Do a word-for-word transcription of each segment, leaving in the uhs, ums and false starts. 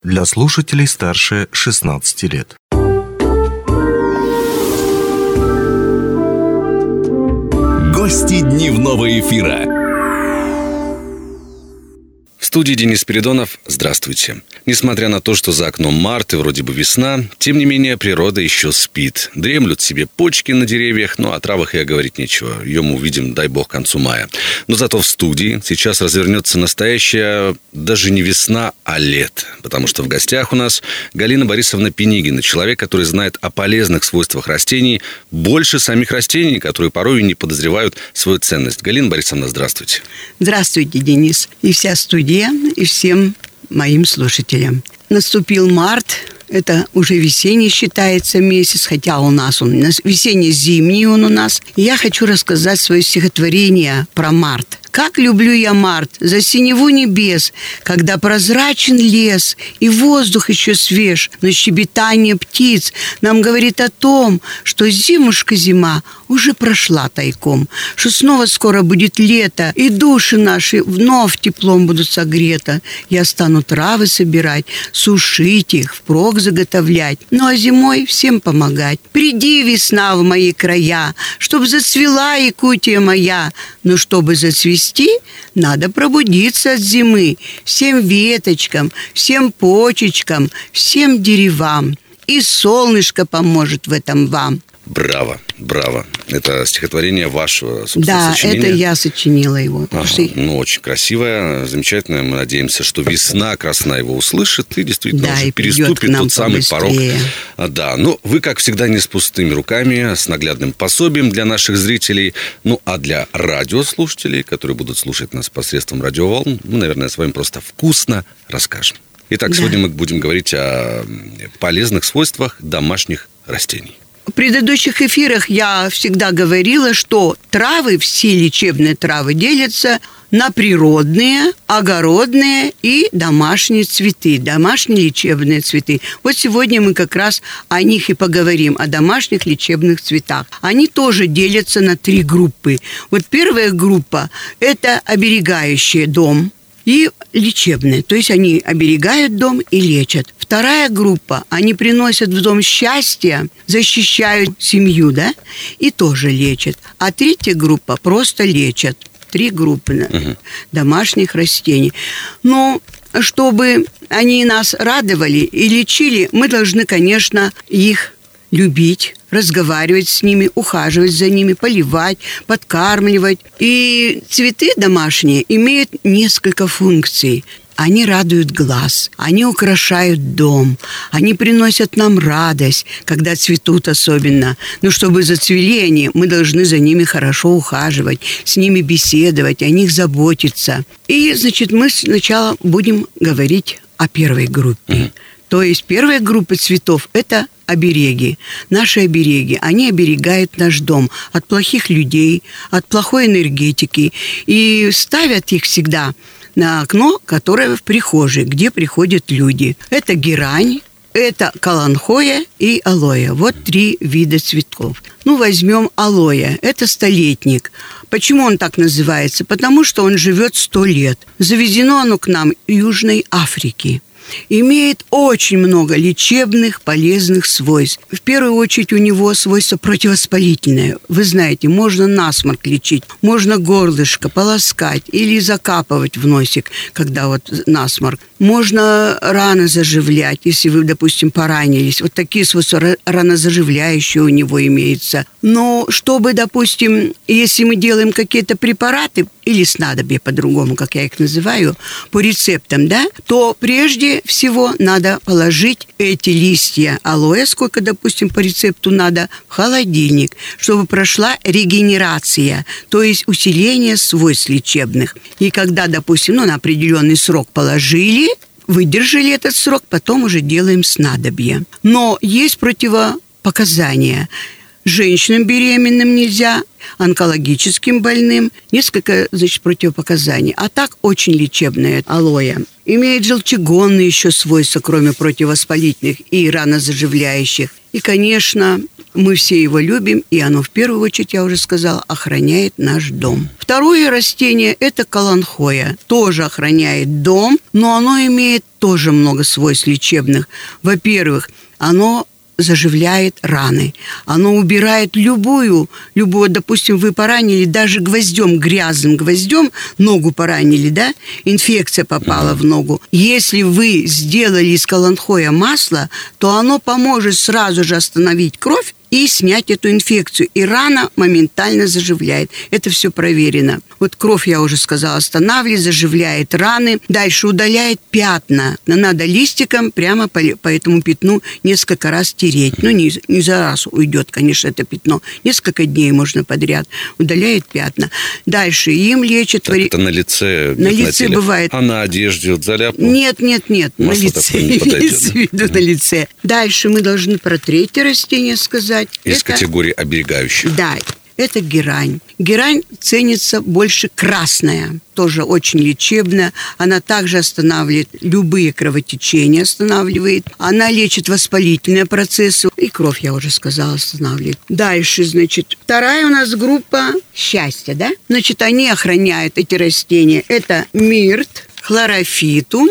для слушателей старше шестнадцати лет. Гости дневного эфира. В студии Денис Спиридонов. Здравствуйте. Несмотря на то, что за окном март и вроде бы весна, тем не менее природа еще спит. Дремлют себе почки на деревьях, но о травах и говорить нечего. Ее мы увидим, дай бог, к концу мая. Но зато в студии сейчас развернется настоящая даже не весна, а лето. Потому что в гостях у нас Галина Борисовна Пинигина, человек, который знает о полезных свойствах растений больше самих растений, которые порой не подозревают свою ценность. Галина Борисовна, здравствуйте. Здравствуйте, Денис. И вся студия, и всем моим слушателям. Наступил март, это уже весенний считается месяц, хотя у нас он весенне-зимний он у нас. И я хочу рассказать свое стихотворение про март. Как люблю я март, за синеву небес, когда прозрачен лес и воздух еще свеж, но щебетание птиц нам говорит о том, что зимушка-зима уже прошла тайком, что снова скоро будет лето, и души наши вновь теплом будут согреты. Я стану травы собирать, сушить их, впрок заготовлять, ну а зимой всем помогать. Приди, весна, в мои края, чтоб зацвела Якутия моя, но чтобы зацвести, надо пробудиться от зимы всем веточкам, всем почечкам, всем деревам. И солнышко поможет в этом вам. Браво, браво. Это стихотворение вашего, собственно, да, сочинения. Да, это я сочинила его. Ага, что... Ну, очень красивое, замечательное. Мы надеемся, что весна, красна его услышит и действительно да, уже и переступит тот самый порог. А, да, ну, вы, как всегда, не с пустыми руками, с наглядным пособием для наших зрителей. Ну, а для радиослушателей, которые будут слушать нас посредством радиоволн, мы, наверное, с вами просто вкусно расскажем. Итак, да. Сегодня мы будем говорить о полезных свойствах домашних растений. В предыдущих эфирах я всегда говорила, что травы, все лечебные травы делятся на природные, огородные и домашние цветы, домашние лечебные цветы. Вот сегодня мы как раз о них и поговорим, о домашних лечебных цветах. Они тоже делятся на три группы. Вот первая группа – это оберегающие дом и лечебные, то есть они оберегают дом и лечат. Вторая группа, они приносят в дом счастье, защищают семью, да, и тоже лечат. А третья группа просто лечат. Три группы угу. домашних растений. Но чтобы они нас радовали и лечили, мы должны, конечно, их любить, разговаривать с ними, ухаживать за ними, поливать, подкармливать. И цветы домашние имеют несколько функций. Они радуют глаз, они украшают дом, они приносят нам радость, когда цветут особенно. Но чтобы зацвели они, мы должны за ними хорошо ухаживать, с ними беседовать, о них заботиться. И, значит, мы сначала будем говорить о первой группе. Mm-hmm. То есть первая группа цветов – это обереги. Наши обереги, они оберегают наш дом от плохих людей, от плохой энергетики. И ставят их всегда на окно, которое в прихожей, где приходят люди. Это герань, это каланхоя и алоэ. Вот три вида цветков. Ну, возьмем алоэ. Это столетник. Почему он так называется? Потому что он живет сто лет. Завезено оно к нам из Южной Африки. Имеет очень много лечебных, полезных свойств. В первую очередь у него свойство противовоспалительное. Вы знаете, можно насморк лечить, можно горлышко полоскать или закапывать в носик, когда вот насморк. Можно раны заживлять, если вы, допустим, поранились. Вот такие свойства ранозаживляющие у него имеются. Но чтобы, допустим, если мы делаем какие-то препараты, или снадобья по-другому, как я их называю, по рецептам, да, то прежде всего надо положить эти листья алоэ, сколько, допустим, по рецепту надо, в холодильник, чтобы прошла регенерация, то есть усиление свойств лечебных. И когда, допустим, ну, на определенный срок положили, выдержали этот срок, потом уже делаем снадобье. Но есть противопоказания. Женщинам беременным нельзя, онкологическим больным. Несколько, значит, противопоказаний. А так очень лечебное алоэ. Имеет желчегонные еще свойства, кроме противовоспалительных и ранозаживляющих. И, конечно, мы все его любим, и оно, в первую очередь, я уже сказала, охраняет наш дом. Второе растение – это каланхоя. Тоже охраняет дом, но оно имеет тоже много свойств лечебных. Во-первых, оно заживляет раны. Оно убирает любую, любую, допустим, вы поранили даже гвоздем, грязным гвоздем, ногу поранили, да? Инфекция попала в ногу. Если вы сделали из каланхоя масло, то оно поможет сразу же остановить кровь и снять эту инфекцию. И рана моментально заживляет. Это все проверено. Вот кровь, я уже сказала, останавливает, заживляет раны. Дальше удаляет пятна. Надо листиком прямо по, по этому пятну несколько раз тереть. Ну, не, не за раз уйдет, конечно, это пятно. Несколько дней можно подряд. Удаляет пятна. Дальше им лечат... Так это на лице? На лице теле. Бывает. А на одежде вот заляпал? Нет, нет, нет. Масло на лице. Не подойдет, да? Виду, на лице. Дальше мы должны про третье растение сказать. Из это, категории оберегающих. Да, это герань. Герань ценится больше красная, тоже очень лечебная. Она также останавливает любые кровотечения, останавливает. Она лечит воспалительные процессы. И кровь, я уже сказала, останавливает. Дальше, значит, вторая у нас группа счастья, да? Значит, они охраняют эти растения. Это мирт, хлорофитум,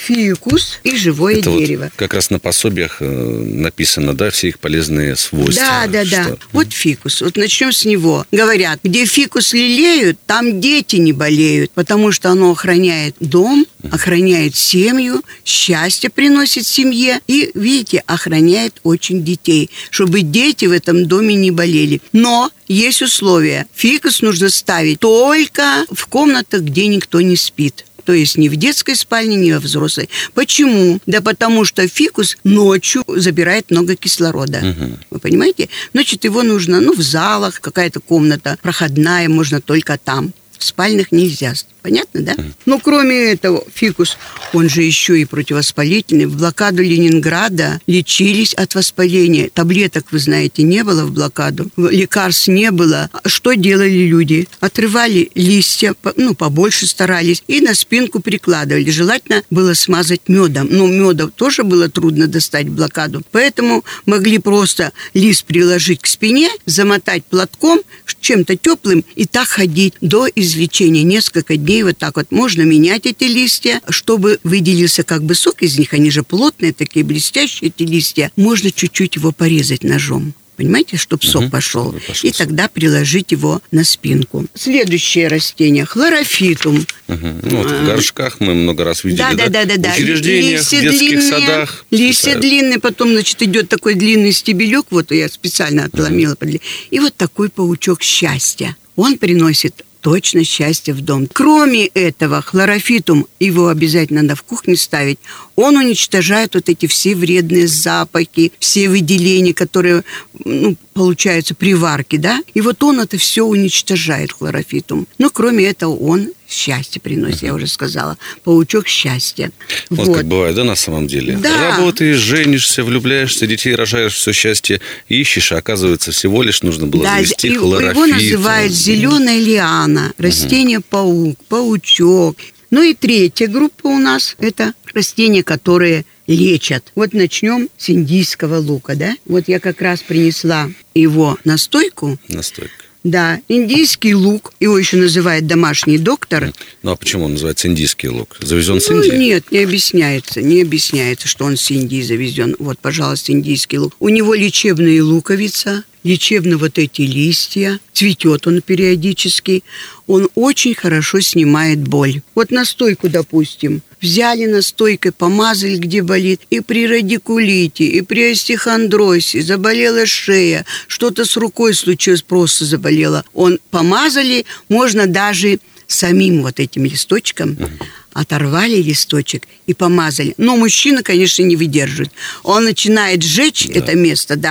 фикус и живое это дерево. Вот как раз на пособиях э, написано, да, все их полезные свойства. Да, да, что... да. Вот фикус. Вот начнем с него. Говорят, где фикус лелеют, там дети не болеют, потому что оно охраняет дом, охраняет семью, счастье приносит семье и, видите, охраняет очень детей, чтобы дети в этом доме не болели. Но есть условия. Фикус нужно ставить только в комнатах, где никто не спит. То есть не в детской спальне, не во взрослой. Почему? Да потому что фикус ночью забирает много кислорода. Угу. Вы понимаете? Значит, его нужно, ну, в залах, какая-то комната проходная, можно только там. В спальнях нельзя. Понятно, да? Mm. Но кроме этого, фикус, он же еще и противовоспалительный. В блокаду Ленинграда лечились от воспаления. Таблеток, вы знаете, не было в блокаду. Лекарств не было. Что делали люди? Отрывали листья, ну, побольше старались, и на спинку прикладывали. Желательно было смазать медом. Но меда тоже было трудно достать в блокаду. Поэтому могли просто лист приложить к спине, замотать платком, чем-то теплым, и так ходить до излечения несколько дней. Вот так вот можно менять эти листья, чтобы выделился как бы сок из них. Они же плотные, такие блестящие, эти листья. Можно чуть-чуть его порезать ножом. Понимаете, чтобы сок угу, пошел. пошел. И тогда приложить его на спинку. Следующее растение – хлорофитум. Угу. Ну, вот в горшках мы много раз видели, да? Да, да, да, да. В учреждениях, листья в детских длинные, садах. Листья длинные, потом, значит, идет такой длинный стебелек. Вот я специально отломила. Угу. И вот такой паучок счастья. Он приносит точно счастье в дом. Кроме этого, хлорофитум, его обязательно надо в кухне ставить, он уничтожает вот эти все вредные запахи, все выделения, которые, ну, получаются при варке, да? И вот он это все уничтожает, хлорофитум. Но кроме этого, он счастье приносит, uh-huh. я уже сказала. Паучок счастья. Вот, вот как бывает, да, на самом деле? Да. Работаешь, женишься, влюбляешься, детей рожаешь, все счастье ищешь, а оказывается, всего лишь нужно было да, завести и хлорофит. Его называют зеленая лиана, растение-паук, паучок. Ну и третья группа у нас – это растения, которые лечат. Вот начнем с индийского лука, да? Вот я как раз принесла его настойку. Настойка. Да, индийский лук, его еще называют домашний доктор. Ну, а почему он называется индийский лук? Завезен с ну, Индии? Нет, не объясняется, не объясняется, что он с Индии завезен. Вот, пожалуйста, индийский лук. У него лечебная луковица, лечебны вот эти листья, цветет он периодически. Он очень хорошо снимает боль. Вот настойку, допустим, взяли настойкой, помазали, где болит, и при радикулите, и при остеохондрозе, заболела шея, что-то с рукой случилось, просто заболела. Он помазали, можно даже самим вот этим листочком, оторвали листочек и помазали. Но мужчина, конечно, не выдерживает. Он начинает сжечь да. это место, да,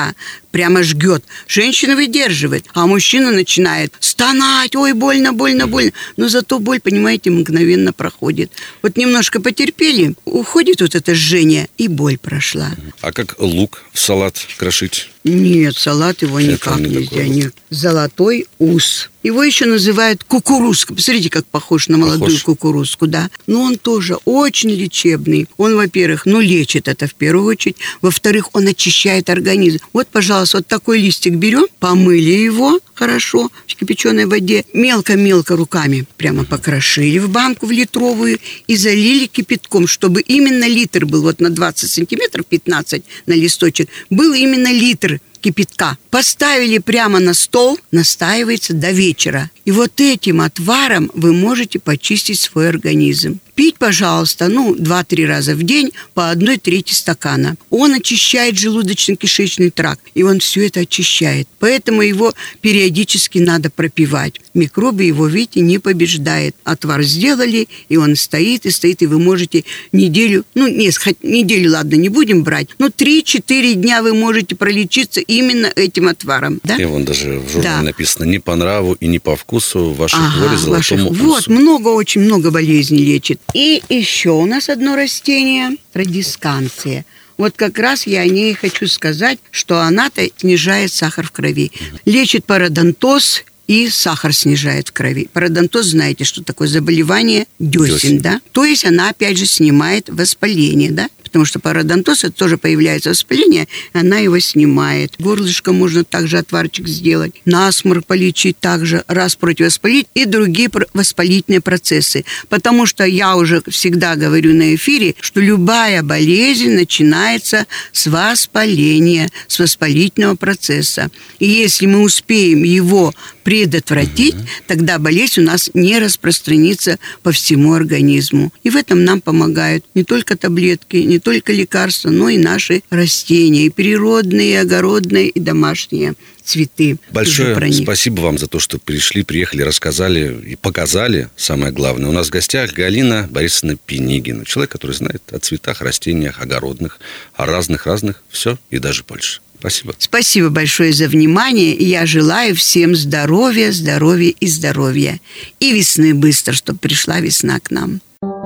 прямо жгет. Женщина выдерживает, а мужчина начинает стонать. Ой, больно, больно, больно. Но зато боль, понимаете, мгновенно проходит. Вот немножко потерпели, уходит вот это жжение, и боль прошла. А как лук в салат крошить? Нет, салат его Это никак не нельзя. такое. Нет. Золотой ус. Его еще называют кукурузка. Посмотрите, как похож на молодую Похож. кукурузку, да? Но он тоже очень лечебный. Он, во-первых, ну, лечит это в первую очередь. Во-вторых, он очищает организм. Вот, пожалуйста, вот такой листик берем, помыли его хорошо в кипяченой воде, мелко-мелко руками прямо покрошили в банку в литровую и залили кипятком, чтобы именно литр был, вот на двадцать сантиметров, пятнадцать на листочек, был именно литр кипятка. Поставили прямо на стол, настаивается до вечера. И вот этим отваром вы можете почистить свой организм. Пить, пожалуйста, ну, два-три раза в день по одной трети стакана. Он очищает желудочно-кишечный тракт, и он все это очищает. Поэтому его периодически надо пропивать. Микробы его, видите, не побеждает. Отвар сделали, и он стоит, и стоит, и вы можете неделю, ну, не, хоть неделю, ладно, не будем брать, но три-четыре дня вы можете пролечиться именно этим отваром. Да? И вон даже в журнале Да. написано «не по нраву и не по вкусу вашей Ага, воли золотому ваших- уксусу». Вот, много, очень много болезней лечит. И еще у нас одно растение – радисканция. Вот как раз я о ней хочу сказать, что она-то снижает сахар в крови. Лечит пародонтоз и сахар снижает в крови. Пародонтоз, знаете, что такое заболевание десен, Десен. да? То есть она, опять же, снимает воспаление, да? Потому что пародонтоз, это тоже появляется воспаление, она его снимает. Горлышко можно также отварчик сделать. Насморк полечить также, раз противовоспалить и другие пр- воспалительные процессы. Потому что я уже всегда говорю на эфире, что любая болезнь начинается с воспаления, с воспалительного процесса. И если мы успеем его предотвратить, тогда болезнь у нас не распространится по всему организму. И в этом нам помогают не только таблетки, не только лекарства, но и наши растения, и природные, и огородные, и домашние цветы. Большое Тоже про них. спасибо вам за то, что пришли, приехали, рассказали и показали самое главное. У нас в гостях Галина Борисовна Пинигина. Человек, который знает о цветах, растениях, огородных, о разных-разных, все и даже больше. Спасибо. Спасибо большое за внимание. И я желаю всем здоровья, здоровья и здоровья. И весны быстро, чтобы пришла весна к нам.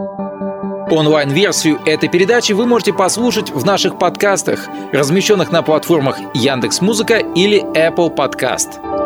Онлайн-версию этой передачи вы можете послушать в наших подкастах, размещенных на платформах Яндекс.Музыка или Apple Podcast.